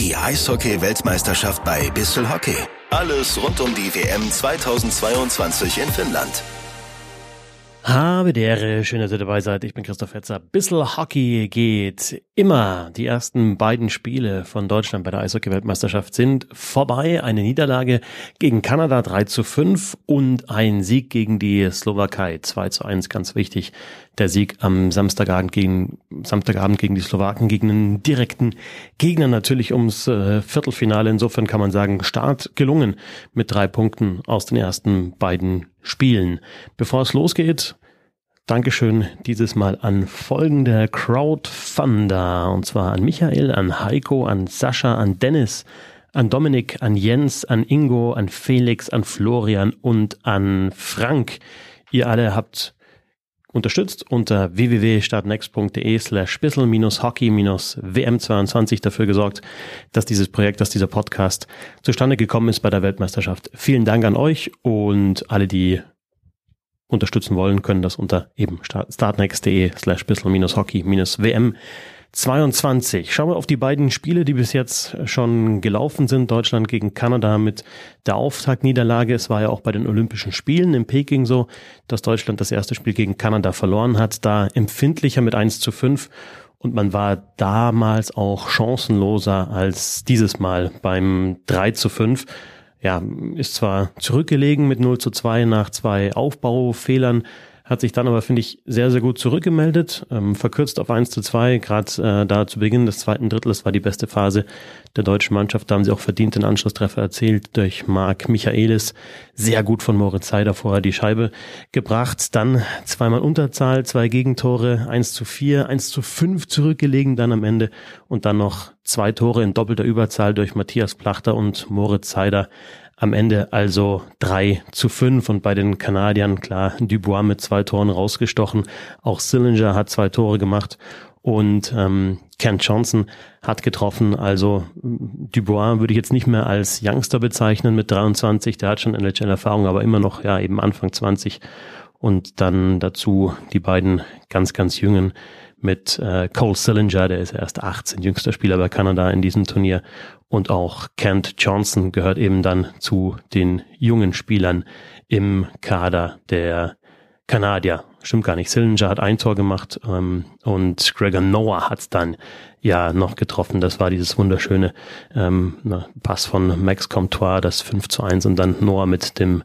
Die Eishockey-Weltmeisterschaft bei Bissl Hockey. Alles rund um die WM 2022 in Finnland. Habe die Ehre, schön, dass ihr dabei seid. Ich bin Christoph Hetzer. Bissl Hockey geht immer. Die ersten beiden Spiele von Deutschland bei der Eishockey-Weltmeisterschaft sind vorbei. Eine Niederlage gegen Kanada 3:5 und ein Sieg gegen die Slowakei 2:1. Ganz wichtig, der Sieg am Samstagabend gegen die Slowaken, gegen einen direkten Gegner natürlich ums Viertelfinale. Insofern kann man sagen, Start gelungen mit 3 Punkten aus den ersten beiden Spielen. Bevor es losgeht, Dankeschön dieses Mal an folgende Crowdfunder, und zwar an Michael, an Heiko, an Sascha, an Dennis, an Dominik, an Jens, an Ingo, an Felix, an Florian und an Frank. Ihr alle habt unterstützt unter www.startnext.de/bissl-hockey-WM22 dafür gesorgt, dass dieses Projekt, dass dieser Podcast zustande gekommen ist bei der Weltmeisterschaft. Vielen Dank an euch, und alle, die unterstützen wollen, können das unter eben startnext.de/bissl-hockey-WM22. Schauen wir auf die beiden Spiele, die bis jetzt schon gelaufen sind. Deutschland gegen Kanada mit der Auftaktniederlage. Es war ja auch bei den Olympischen Spielen in Peking so, dass Deutschland das erste Spiel gegen Kanada verloren hat. Da empfindlicher mit 1:5. Und man war damals auch chancenloser als dieses Mal beim 3:5. Ja, ist zwar zurückgelegen mit 0:2 nach 2 Aufbaufehlern, hat sich dann aber, finde ich, sehr, sehr gut zurückgemeldet, verkürzt auf 1:2, gerade da zu Beginn des zweiten Drittels war die beste Phase der deutschen Mannschaft. Da haben sie auch verdient den Anschlusstreffer erzielt durch Marc Michaelis. Sehr gut von Moritz Seider vorher die Scheibe gebracht. Dann zweimal Unterzahl, 2 Gegentore, 1:4, 1:5 zurückgelegen dann am Ende, und dann noch 2 Tore in doppelter Überzahl durch Matthias Plachter und Moritz Seider. Am Ende also 3:5, und bei den Kanadiern, klar, Dubois mit 2 Toren rausgestochen. Auch Sillinger hat 2 Tore gemacht, und Kent Johnson hat getroffen. Also Dubois würde ich jetzt nicht mehr als Youngster bezeichnen mit 23, der hat schon NHL-Erfahrung, aber immer noch ja eben Anfang 20. Und dann dazu die beiden ganz, ganz Jungen mit Cole Sillinger, der ist erst 18, jüngster Spieler bei Kanada in diesem Turnier. Und auch Kent Johnson gehört eben dann zu den jungen Spielern im Kader der Kanadier. Stimmt gar nicht. Sillinger hat 1 Tor gemacht, und Gregor Noah hat dann ja noch getroffen. Das war dieses wunderschöne Pass von Max Comtois, das 5:1, und dann Noah mit dem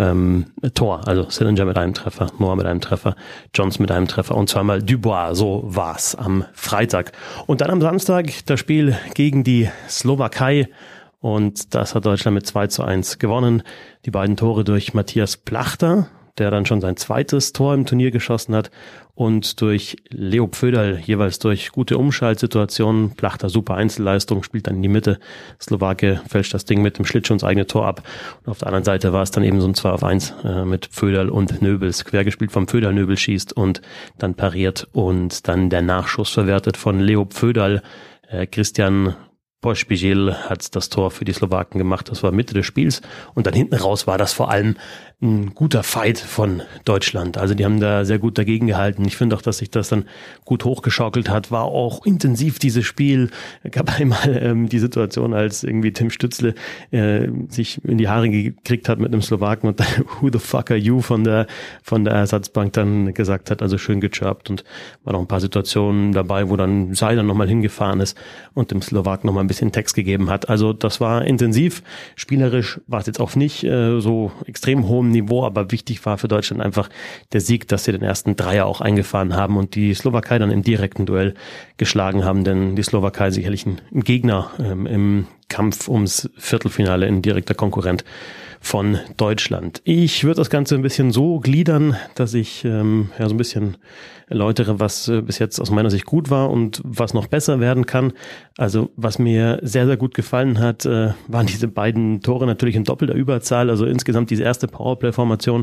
Tor. Also Sillinger mit einem Treffer, Noah mit einem Treffer, Johnson mit einem Treffer und zweimal Dubois. So war's am Freitag. Und dann am Samstag das Spiel gegen die Slowakei. Und das hat Deutschland mit 2:1 gewonnen. Die beiden Tore durch Matthias Plachter, der dann schon sein zweites Tor im Turnier geschossen hat, und durch Leo Pföderl jeweils durch gute Umschaltsituationen. Plachter super Einzelleistung, spielt dann in die Mitte. Slowake fälscht das Ding mit dem Schlittschuh ins eigene Tor ab. Und auf der anderen Seite war es dann eben so ein 2:1 mit Pföderl und Nöbels. Quergespielt vom Pföderl, Nöbel schießt und dann pariert, und dann der Nachschuss verwertet von Leo Pföderl. Christian Pospisil hat das Tor für die Slowaken gemacht. Das war Mitte des Spiels, und dann hinten raus war das vor allem ein guter Fight von Deutschland. Also die haben da sehr gut dagegen gehalten. Ich finde auch, dass sich das dann gut hochgeschaukelt hat. War auch intensiv dieses Spiel. Es gab einmal die Situation, als irgendwie Tim Stützle sich in die Haare gekriegt hat mit einem Slowaken und dann "Who the fuck are you" von der Ersatzbank dann gesagt hat. Also schön gechirpt, und war noch ein paar Situationen dabei, wo dann Seider nochmal hingefahren ist und dem Slowaken nochmal ein bisschen Text gegeben hat. Also das war intensiv. Spielerisch war es jetzt auch nicht so extrem hohem Niveau, aber wichtig war für Deutschland einfach der Sieg, dass sie den ersten Dreier auch eingefahren haben und die Slowakei dann im direkten Duell geschlagen haben, denn die Slowakei sicherlich ein Gegner im Kampf ums Viertelfinale, ein direkter Konkurrent von Deutschland. Ich würde das Ganze ein bisschen so gliedern, dass ich so ein bisschen erläutere, was bis jetzt aus meiner Sicht gut war und was noch besser werden kann. Also was mir sehr, sehr gut gefallen hat, waren diese beiden Tore natürlich in doppelter Überzahl. Also insgesamt diese erste Powerplay-Formation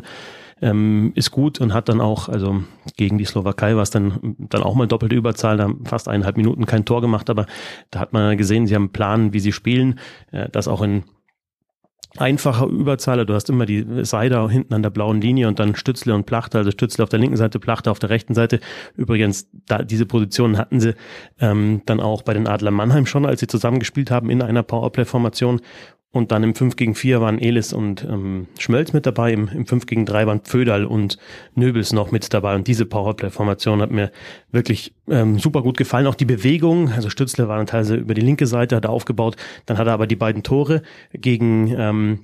ist gut und hat dann auch, also gegen die Slowakei war es dann auch mal doppelte Überzahl, da haben fast 1,5 Minuten kein Tor gemacht, aber da hat man gesehen, sie haben einen Plan, wie sie spielen, das auch in einfacher Überzahler. Du hast immer die Seider hinten an der blauen Linie und dann Stützle und Plachter, also Stützle auf der linken Seite, Plachter auf der rechten Seite. Übrigens, diese Positionen hatten sie dann auch bei den Adler Mannheim schon, als sie zusammengespielt haben in einer Powerplay-Formation. Und dann im 5 gegen 4 waren Elis und Schmölz mit dabei. Im 5 gegen 3 waren Pföderl und Nöbels noch mit dabei. Und diese Powerplay-Formation hat mir wirklich super gut gefallen. Auch die Bewegung, also Stützle war dann teilweise über die linke Seite, hat er aufgebaut. Dann hat er aber die beiden Tore gegen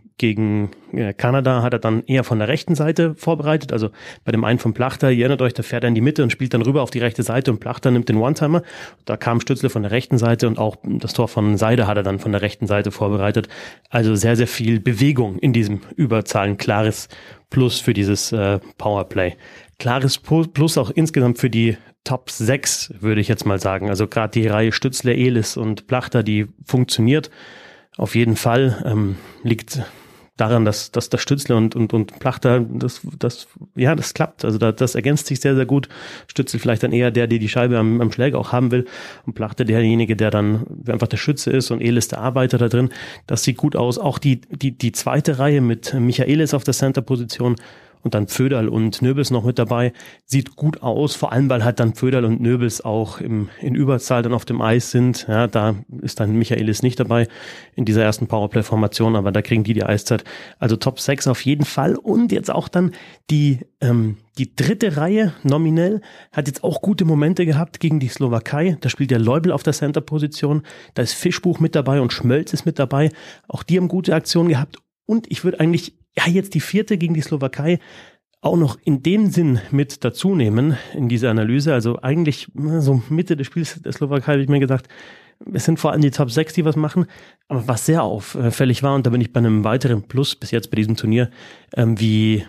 Kanada hat er dann eher von der rechten Seite vorbereitet. Also bei dem einen von Plachter, ihr erinnert euch, da fährt er in die Mitte und spielt dann rüber auf die rechte Seite und Plachter nimmt den One-Timer. Da kam Stützle von der rechten Seite und auch das Tor von Seider hat er dann von der rechten Seite vorbereitet. Also sehr, sehr viel Bewegung in diesem Überzahlen. Klares Plus für dieses Powerplay. Klares Plus auch insgesamt für die Top 6, würde ich jetzt mal sagen. Also gerade die Reihe Stützle, Elis und Plachter, die funktioniert auf jeden Fall. Liegt daran, dass der Stützle und Plachter, das klappt. Also das ergänzt sich sehr, sehr gut. Stützle vielleicht dann eher der die Scheibe am Schläger auch haben will und Plachter derjenige, der dann einfach der Schütze ist und Elis der Arbeiter da drin. Das sieht gut aus. Auch die zweite Reihe mit Michaelis auf der Center-Position und dann Pföderl und Nöbels noch mit dabei. Sieht gut aus, vor allem, weil halt dann Pföderl und Nöbels auch in Überzahl dann auf dem Eis sind. Ja, da ist dann Michaelis nicht dabei in dieser ersten Powerplay-Formation, aber da kriegen die Eiszeit. Also Top 6 auf jeden Fall. Und jetzt auch dann die dritte Reihe nominell hat jetzt auch gute Momente gehabt gegen die Slowakei. Da spielt der Leubel auf der Center-Position. Da ist Fischbuch mit dabei und Schmölz ist mit dabei. Auch die haben gute Aktionen gehabt. Und ich würde eigentlich jetzt die vierte gegen die Slowakei auch noch in dem Sinn mit dazu nehmen in dieser Analyse. Also eigentlich so Mitte des Spiels der Slowakei habe ich mir gedacht, es sind vor allem die Top 6, die was machen. Aber was sehr auffällig war, und da bin ich bei einem weiteren Plus bis jetzt bei diesem Turnier, wie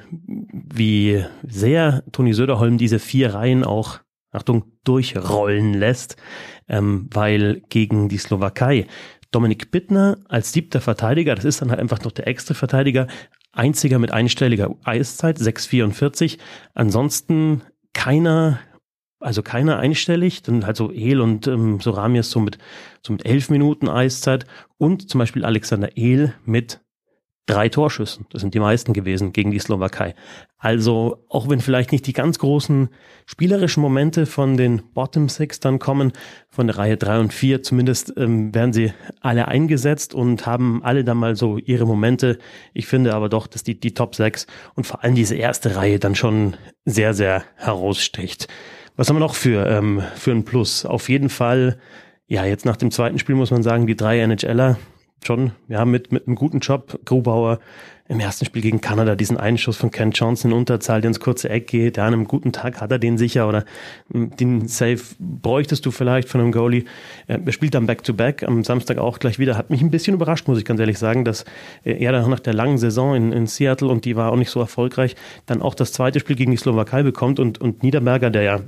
sehr Toni Söderholm diese 4 Reihen auch, Achtung, durchrollen lässt, weil gegen die Slowakei Dominik Bittner als 7. Verteidiger, das ist dann halt einfach noch der extra Verteidiger, einziger mit einstelliger Eiszeit, 6,44. Ansonsten keiner einstellig, dann halt so Ehl und Soramies so mit 11 Minuten Eiszeit und zum Beispiel Alexander Ehl mit 3 Torschüssen. Das sind die meisten gewesen gegen die Slowakei. Also auch wenn vielleicht nicht die ganz großen spielerischen Momente von den Bottom 6 dann kommen, von der Reihe 3 und 4, zumindest werden sie alle eingesetzt und haben alle dann mal so ihre Momente. Ich finde aber doch, dass die Top 6 und vor allem diese erste Reihe dann schon sehr, sehr heraussticht. Was haben wir noch für ein Plus? Auf jeden Fall, ja, jetzt nach dem zweiten Spiel muss man sagen, die 3 NHLer schon, ja, mit einem guten Job. Grubauer im ersten Spiel gegen Kanada, diesen Einschuss von Ken Johnson in Unterzahl, der ins kurze Eck geht, ja, an einem guten Tag hat er den sicher oder den Save bräuchtest du vielleicht von einem Goalie. Er spielt dann Back-to-Back, am Samstag auch gleich wieder. Hat mich ein bisschen überrascht, muss ich ganz ehrlich sagen, dass er dann nach der langen Saison in Seattle und die war auch nicht so erfolgreich, dann auch das zweite Spiel gegen die Slowakei bekommt und Niederberger, der ja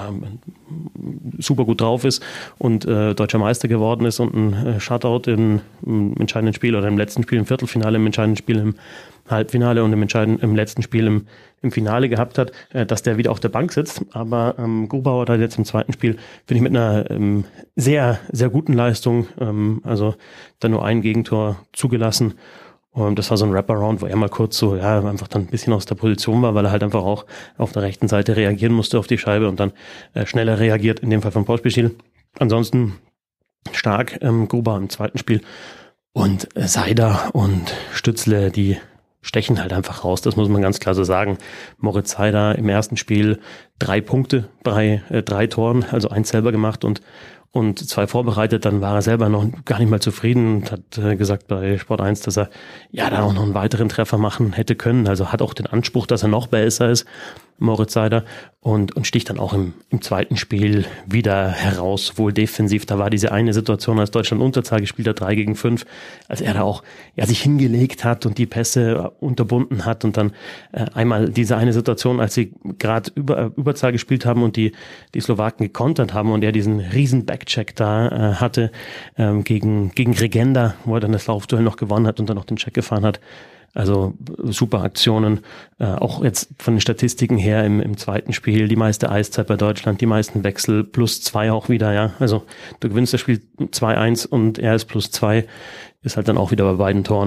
super gut drauf ist und deutscher Meister geworden ist und ein Shutout im entscheidenden Spiel oder im letzten Spiel, im Viertelfinale, im entscheidenden Spiel im Halbfinale und im letzten Spiel im Finale gehabt hat, dass der wieder auf der Bank sitzt. Aber Grubauer da jetzt im zweiten Spiel, finde ich, mit einer sehr, sehr guten Leistung, also da nur ein Gegentor zugelassen. Und das war so ein Wraparound, wo er mal kurz so, ja, einfach dann ein bisschen aus der Position war, weil er halt einfach auch auf der rechten Seite reagieren musste auf die Scheibe und dann schneller reagiert, in dem Fall vom Postspiel. Ansonsten stark Grubauer im zweiten Spiel. Und Seider und Stützle, die stechen halt einfach raus, das muss man ganz klar so sagen. Moritz Seider im ersten Spiel 3 Punkte bei 3 Toren, also 1 selber gemacht und 2 vorbereitet, dann war er selber noch gar nicht mal zufrieden und hat gesagt bei Sport 1, dass er ja da auch noch einen weiteren Treffer machen hätte können. Also hat auch den Anspruch, dass er noch besser ist, Moritz Seider, und sticht dann auch im zweiten Spiel wieder heraus, wohl defensiv. Da war diese eine Situation, als Deutschland Unterzahl gespielt hat, 3 gegen 5, als er da auch sich hingelegt hat und die Pässe unterbunden hat und dann einmal diese eine Situation, als sie gerade Überzahl gespielt haben und die Slowaken gekontert haben und er diesen riesen Backcheck da hatte gegen Regenda, wo er dann das Laufduell noch gewonnen hat und dann noch den Check gefahren hat. Also super Aktionen, auch jetzt von den Statistiken her im zweiten Spiel, die meiste Eiszeit bei Deutschland, die meisten Wechsel, +2 auch wieder, ja. Also du gewinnst das Spiel 2-1 und er ist +2, ist halt dann auch wieder bei beiden Toren.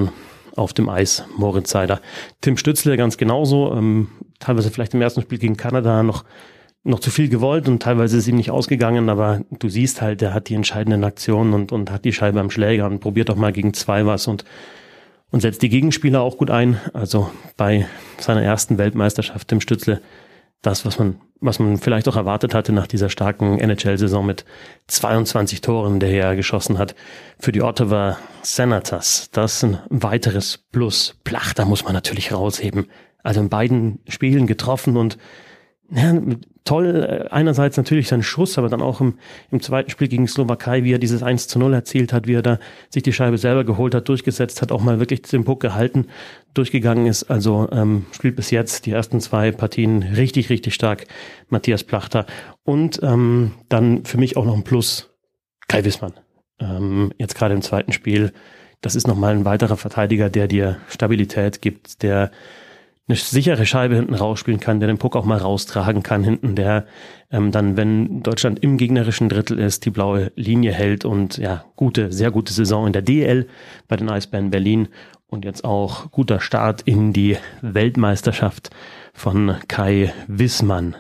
auf dem Eis, Moritz Seider. Tim Stützle ganz genauso, teilweise vielleicht im ersten Spiel gegen Kanada noch zu viel gewollt und teilweise ist ihm nicht ausgegangen, aber du siehst halt, der hat die entscheidenden Aktionen und hat die Scheibe am Schläger und probiert auch mal gegen 2 was und setzt die Gegenspieler auch gut ein. Also bei seiner ersten Weltmeisterschaft Tim Stützle, das, was man vielleicht auch erwartet hatte nach dieser starken NHL-Saison mit 22 Toren, der er geschossen hat für die Ottawa Senators. Das ist ein weiteres Plus. Plachter muss man natürlich rausheben. Also in beiden Spielen getroffen und ja, toll, einerseits natürlich sein Schuss, aber dann auch im zweiten Spiel gegen Slowakei, wie er dieses 1:0 erzielt hat, wie er da sich die Scheibe selber geholt hat, durchgesetzt hat, auch mal wirklich den Puck gehalten, durchgegangen ist. Also spielt bis jetzt die ersten 2 Partien richtig, richtig stark, Matthias Plachter. Und dann für mich auch noch ein Plus, Kai Wissmann. Jetzt gerade im zweiten Spiel, das ist nochmal ein weiterer Verteidiger, der dir Stabilität gibt, der eine sichere Scheibe hinten rausspielen kann, der den Puck auch mal raustragen kann hinten, der dann, wenn Deutschland im gegnerischen Drittel ist, die blaue Linie hält und ja, sehr gute Saison in der DEL bei den Eisbären Berlin und jetzt auch guter Start in die Weltmeisterschaft von Kai Wissmann.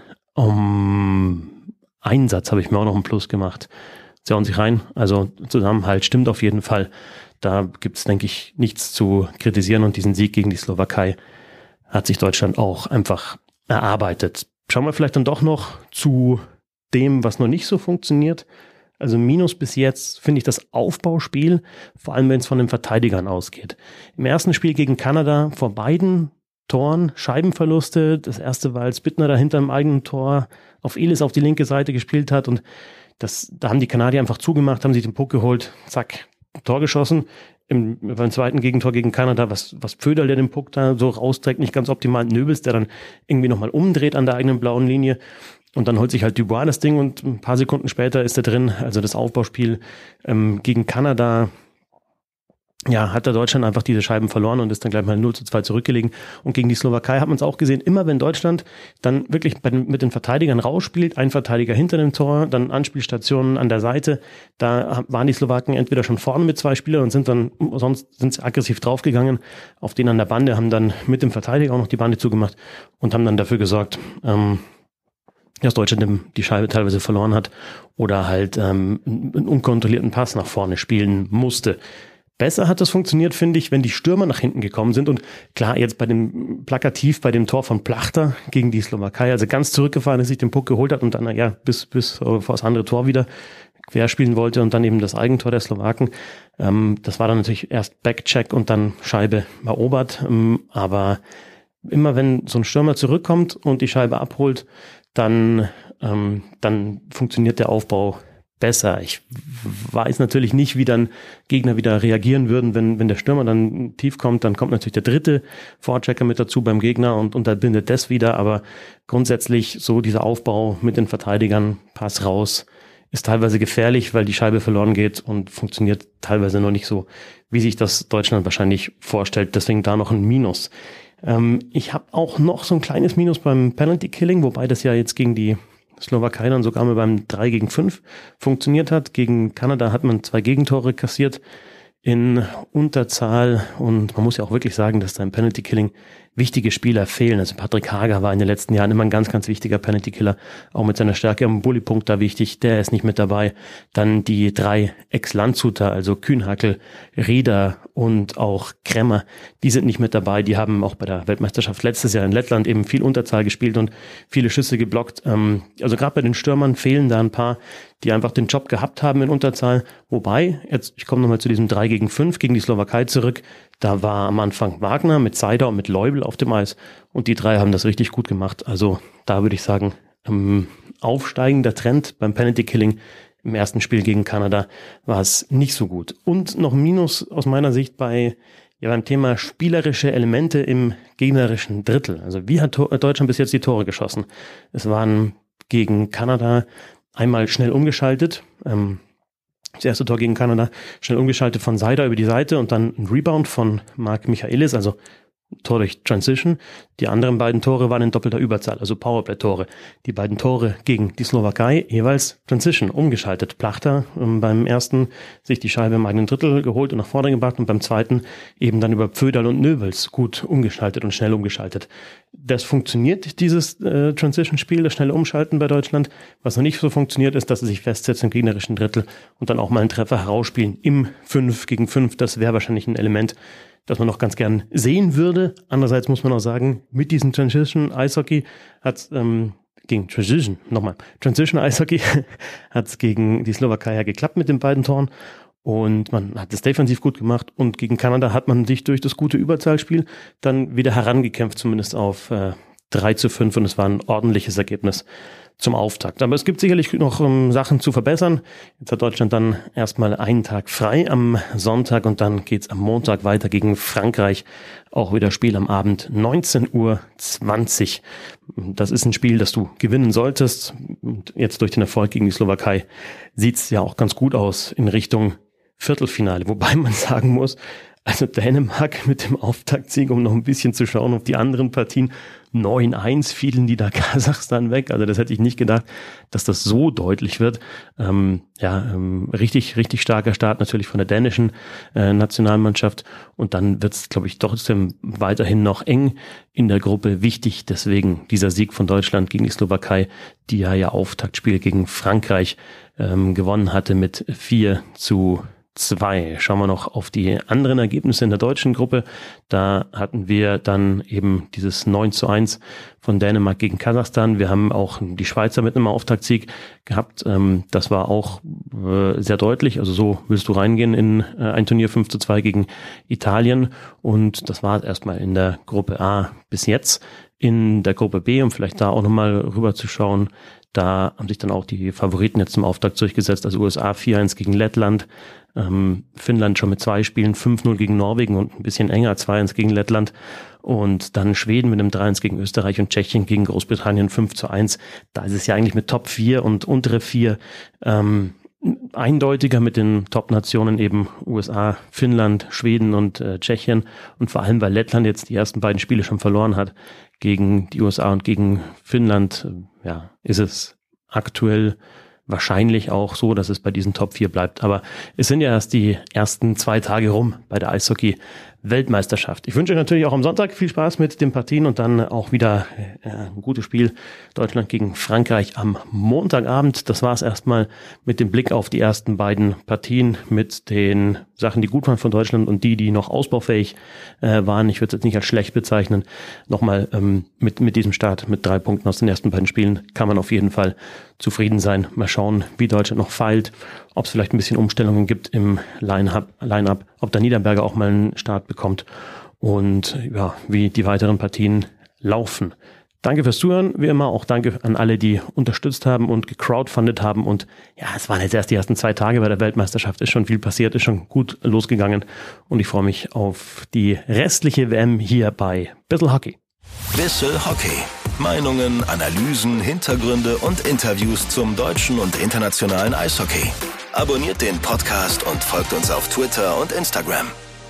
Einsatz habe ich mir auch noch ein Plus gemacht. Sie hauen sich rein, also Zusammenhalt stimmt auf jeden Fall. Da gibt es, denke ich, nichts zu kritisieren und diesen Sieg gegen die Slowakei hat sich Deutschland auch einfach erarbeitet. Schauen wir vielleicht dann doch noch zu dem, was noch nicht so funktioniert. Also Minus bis jetzt finde ich das Aufbauspiel, vor allem wenn es von den Verteidigern ausgeht. Im ersten Spiel gegen Kanada vor beiden Toren Scheibenverluste. Das erste war, als Bittner da hinter dem eigenen Tor auf Elis auf die linke Seite gespielt hat und da haben die Kanadier einfach zugemacht, haben sich den Puck geholt, zack, Tor geschossen. Beim zweiten Gegentor gegen Kanada, was Pföderl, der den Puck da so rausträgt, nicht ganz optimal. Nöbels, der dann irgendwie nochmal umdreht an der eigenen blauen Linie. Und dann holt sich halt Dubois das Ding und ein paar Sekunden später ist er drin. Also das Aufbauspiel gegen Kanada, ja, hat der Deutschland einfach diese Scheiben verloren und ist dann gleich mal 0:2 zurückgelegen. Und gegen die Slowakei hat man es auch gesehen, immer wenn Deutschland dann wirklich mit den Verteidigern rausspielt, ein Verteidiger hinter dem Tor, dann Anspielstationen an der Seite, da waren die Slowaken entweder schon vorne mit 2 Spielern und sonst sind sie aggressiv draufgegangen auf den an der Bande, haben dann mit dem Verteidiger auch noch die Bande zugemacht und haben dann dafür gesorgt, dass Deutschland die Scheibe teilweise verloren hat oder halt einen unkontrollierten Pass nach vorne spielen musste. Besser hat das funktioniert, finde ich, wenn die Stürmer nach hinten gekommen sind und klar, jetzt bei dem Tor von Plachter gegen die Slowakei, also ganz zurückgefahren ist, sich den Puck geholt hat und dann ja bis vor das andere Tor wieder querspielen wollte und dann eben das Eigentor der Slowaken. Das war dann natürlich erst Backcheck und dann Scheibe erobert, aber immer wenn so ein Stürmer zurückkommt und die Scheibe abholt, dann funktioniert der Aufbau besser. Ich weiß natürlich nicht, wie dann Gegner wieder reagieren würden, wenn der Stürmer dann tief kommt, dann kommt natürlich der dritte Vorchecker mit dazu beim Gegner und unterbindet das wieder, aber grundsätzlich so dieser Aufbau mit den Verteidigern, Pass raus, ist teilweise gefährlich, weil die Scheibe verloren geht und funktioniert teilweise noch nicht so, wie sich das Deutschland wahrscheinlich vorstellt, deswegen da noch ein Minus. Ich habe auch noch so ein kleines Minus beim Penalty Killing, wobei das ja jetzt gegen die Slowakei dann sogar mal beim 3-5 funktioniert hat. Gegen Kanada hat man 2 Gegentore kassiert in Unterzahl und man muss ja auch wirklich sagen, dass da im Penalty Killing wichtige Spieler fehlen. Also Patrick Hager war in den letzten Jahren immer ein ganz, ganz wichtiger Penalty-Killer, auch mit seiner Stärke am Bullypunkt da wichtig, der ist nicht mit dabei. Dann die 3 Ex-Landshuter, also Kühnhackel, Rieder und auch Kremmer, die sind nicht mit dabei, die haben auch bei der Weltmeisterschaft letztes Jahr in Lettland eben viel Unterzahl gespielt und viele Schüsse geblockt. Also gerade bei den Stürmern fehlen da ein paar, die einfach den Job gehabt haben in Unterzahl. Wobei, jetzt, ich komme nochmal zu diesem 3-5 gegen die Slowakei zurück, da war am Anfang Wagner mit Seider und mit Leubel auf dem Eis und die 3 haben das richtig gut gemacht. Also da würde ich sagen, aufsteigender Trend beim Penalty Killing. Im ersten Spiel gegen Kanada war es nicht so gut. Und noch ein Minus aus meiner Sicht beim Thema spielerische Elemente im gegnerischen Drittel. Also wie hat Deutschland bis jetzt die Tore geschossen? Es waren gegen Kanada einmal schnell umgeschaltet, das erste Tor gegen Kanada, schnell umgeschaltet von Seider über die Seite und dann ein Rebound von Marc Michaelis, also Tor durch Transition. Die anderen beiden Tore waren in doppelter Überzahl, also Powerplay-Tore. Die beiden Tore gegen die Slowakei jeweils Transition, umgeschaltet. Plachter beim ersten sich die Scheibe im eigenen Drittel geholt und nach vorne gebracht und beim zweiten eben dann über Pföderl und Nöbels gut umgeschaltet und schnell umgeschaltet. Das funktioniert, dieses Transition-Spiel, das schnelle Umschalten bei Deutschland. Was noch nicht so funktioniert, ist, dass sie sich festsetzen im gegnerischen Drittel und dann auch mal einen Treffer herausspielen im 5 gegen 5. Das wäre wahrscheinlich ein Element, das man noch ganz gern sehen würde. Andererseits muss man auch sagen, mit diesem Transition-Eishockey hat Transition-Eishockey hat es gegen die Slowakei ja geklappt mit den beiden Toren. Und man hat es defensiv gut gemacht. Und gegen Kanada hat man sich durch das gute Überzahlspiel dann wieder herangekämpft, zumindest auf 3:5. Und es war ein ordentliches Ergebnis zum Auftakt. Aber es gibt sicherlich noch Sachen zu verbessern. Jetzt hat Deutschland dann erstmal einen Tag frei am Sonntag und dann geht's am Montag weiter gegen Frankreich. Auch wieder Spiel am Abend 19:20 Uhr. Das ist ein Spiel, das du gewinnen solltest. Und jetzt durch den Erfolg gegen die Slowakei sieht's ja auch ganz gut aus in Richtung Viertelfinale. Wobei man sagen muss, also Dänemark mit dem Auftaktsieg, um noch ein bisschen zu schauen auf die anderen Partien, 9:1 fielen die da Kasachstan weg. Also das hätte ich nicht gedacht, dass das so deutlich wird. Richtig, richtig starker Start natürlich von der dänischen Nationalmannschaft. Und dann wird es, glaube ich, trotzdem weiterhin noch eng in der Gruppe. Wichtig deswegen dieser Sieg von Deutschland gegen die Slowakei, die ja Auftaktspiel gegen Frankreich gewonnen hatte mit 4:2. Schauen wir noch auf die anderen Ergebnisse in der deutschen Gruppe. Da hatten wir dann eben dieses 9:1 von Dänemark gegen Kasachstan. Wir haben auch die Schweizer mit einem Auftaktsieg gehabt. Das war auch sehr deutlich. Also so willst du reingehen in ein Turnier 5:2 gegen Italien. Und das war erstmal in der Gruppe A bis jetzt. In der Gruppe B, um vielleicht da auch nochmal rüber zu schauen, da haben sich dann auch die Favoriten jetzt zum Auftakt durchgesetzt. Also USA 4:1 gegen Lettland, Finnland schon mit 2 Spielen, 5:0 gegen Norwegen und ein bisschen enger, 2:1 gegen Lettland. Und dann Schweden mit einem 3:1 gegen Österreich und Tschechien gegen Großbritannien 5:1. Da ist es ja eigentlich mit Top 4 und untere 4 eindeutiger mit den Top-Nationen eben USA, Finnland, Schweden und Tschechien. Und vor allem, weil Lettland jetzt die ersten beiden Spiele schon verloren hat gegen die USA und gegen Finnland, ist es aktuell wahrscheinlich auch so, dass es bei diesen Top 4 bleibt. Aber es sind ja erst die ersten 2 Tage rum bei der Eishockey-Weltmeisterschaft. Ich wünsche euch natürlich auch am Sonntag viel Spaß mit den Partien und dann auch wieder ein gutes Spiel Deutschland gegen Frankreich am Montagabend. Das war es erstmal mit dem Blick auf die ersten beiden Partien, mit den Sachen, die gut waren von Deutschland und die noch ausbaufähig waren. Ich würde es jetzt nicht als schlecht bezeichnen. Nochmal mit diesem Start mit 3 Punkten aus den ersten beiden Spielen kann man auf jeden Fall zufrieden sein. Mal schauen, wie Deutschland noch feilt, ob es vielleicht ein bisschen Umstellungen gibt im Line-Up, ob der Niederberger auch mal einen Start bekommt und wie die weiteren Partien laufen. Danke fürs Zuhören, wie immer auch danke an alle, die unterstützt haben und gecrowdfundet haben und es waren jetzt erst die ersten 2 Tage bei der Weltmeisterschaft, ist schon viel passiert, ist schon gut losgegangen und ich freue mich auf die restliche WM hier bei Bissl Hockey. Bissl Hockey. Meinungen, Analysen, Hintergründe und Interviews zum deutschen und internationalen Eishockey. Abonniert den Podcast und folgt uns auf Twitter und Instagram.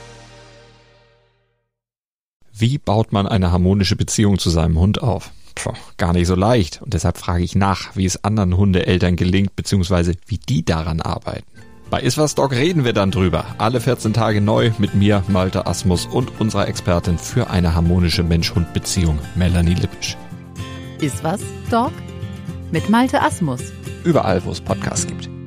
Wie baut man eine harmonische Beziehung zu seinem Hund auf? Gar nicht so leicht. Und deshalb frage ich nach, wie es anderen Hundeeltern gelingt, beziehungsweise wie die daran arbeiten. Bei Iswas Dog reden wir dann drüber. Alle 14 Tage neu mit mir, Malte Asmus und unserer Expertin für eine harmonische Mensch-Hund-Beziehung, Melanie Lippisch. Iswas Dog mit Malte Asmus. Überall, wo es Podcasts gibt.